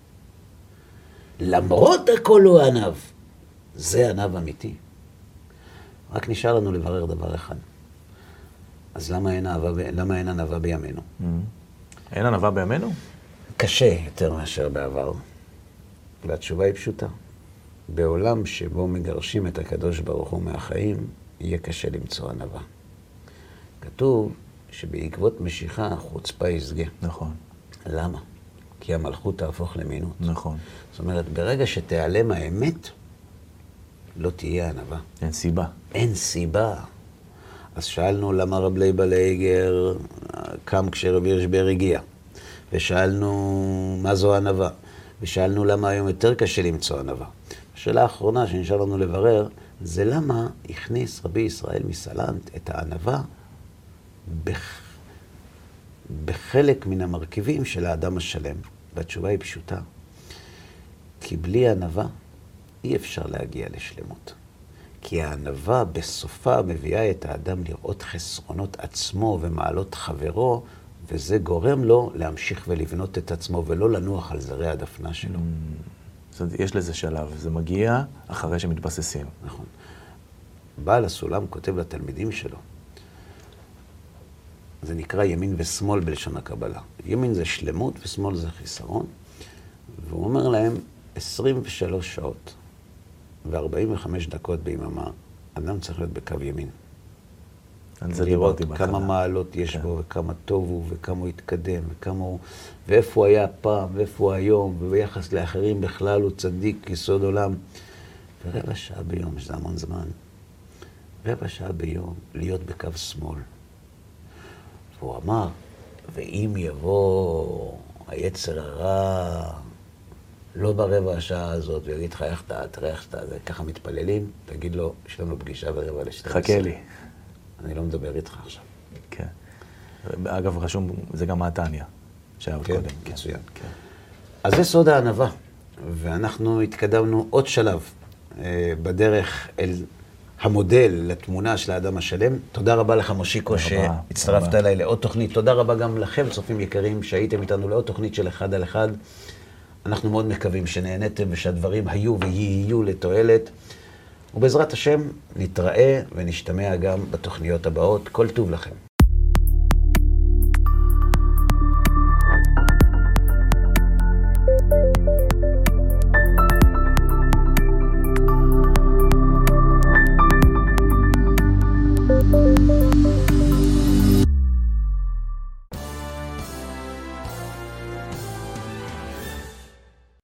למרות הכל הוא ענב. זה ענב אמיתי. רק נשאר לנו לברר דבר אחד. אז למה אין ענווה בימינו? אין ענווה בימינו? קשה יותר מאשר בעבר. והתשובה היא פשוטה. בעולם שבו מגרשים את הקדוש ברוך הוא מהחיים, יהיה קשה למצוא ענווה. כתוב שבעקבות משיכה חוצפה יסגה. נכון. למה? כי המלכות תהפוך למינות. נכון. זאת אומרת, ברגע שתיעלם האמת, לא תהיה ענווה. אין סיבה. אין סיבה. אז שאלנו למה רב לייבל לייגר קם כשרבי ירשבר הגיע. ושאלנו מה זו ענווה. ושאלנו למה היום יותר קשה למצוא ענווה. השאלה האחרונה שנשאר לנו לברר, זה למה הכניס רבי ישראל מסלנט את הענווה בחלק מן המרכיבים של האדם השלם. והתשובה היא פשוטה. כי בלי ענווה אי אפשר להגיע לשלמות. כי הענווה בסופה מביאה את האדם לראות חסרונות עצמו ומעלות חברו, וזה גורם לו להמשיך ולבנות את עצמו ולא לנוח על זרי הדפנה שלו. זאת אומרת, יש לזה שלב, זה מגיע אחרי שמתבססים. נכון. בעל הסולם כותב לתלמידים שלו, זה נקרא ימין ושמאל בלשון הקבלה. ימין זה שלמות ושמאל זה חיסרון, והוא אומר להם 23 שעות ו-45 דקות ביממה, אדם צריך להיות בקו ימין. על זה לראות דיברתי כמה בהתחלה. מעלות יש בו, וכמה טוב הוא, וכמה הוא התקדם, וכמה הוא... ואיפה הוא היה פעם, ואיפה הוא היום, וביחס לאחרים בכלל הוא צדיק, יסוד עולם. ורבע שעה ביום, שזה המון זמן, רבע שעה ביום להיות בקו שמאל. והוא אמר, ואם יבוא היצר הרע, לא ברבע השעה הזאת, ויגיד לך, איך אתה, תראה איך אתה, ככה מתפללים, תגיד לו, יש לנו פגישה ברבע לשתיים. חכה לי. אני לא מדבר איתך עכשיו. כן. אגב, רשום, זה גם מהתניא, שהיה עוד קודם. כן, מצוין. כן. אז זה סוד הענווה, ואנחנו התקדמנו עוד שלב בדרך אל המודל לתמונה של האדם השלם. תודה רבה לך, מושיקו, שהצטרפת אליי לעוד תוכנית. תודה רבה גם לכם, צופים יקרים, שהייתם איתנו לעוד תוכנית של אחד על אחד. אנחנו מאוד מקווים שנהנתם ושהדברים היו ויהיו לתועלת. ובעזרת השם נתראה ונשתמע גם בתוכניות הבאות. כל טוב לכם.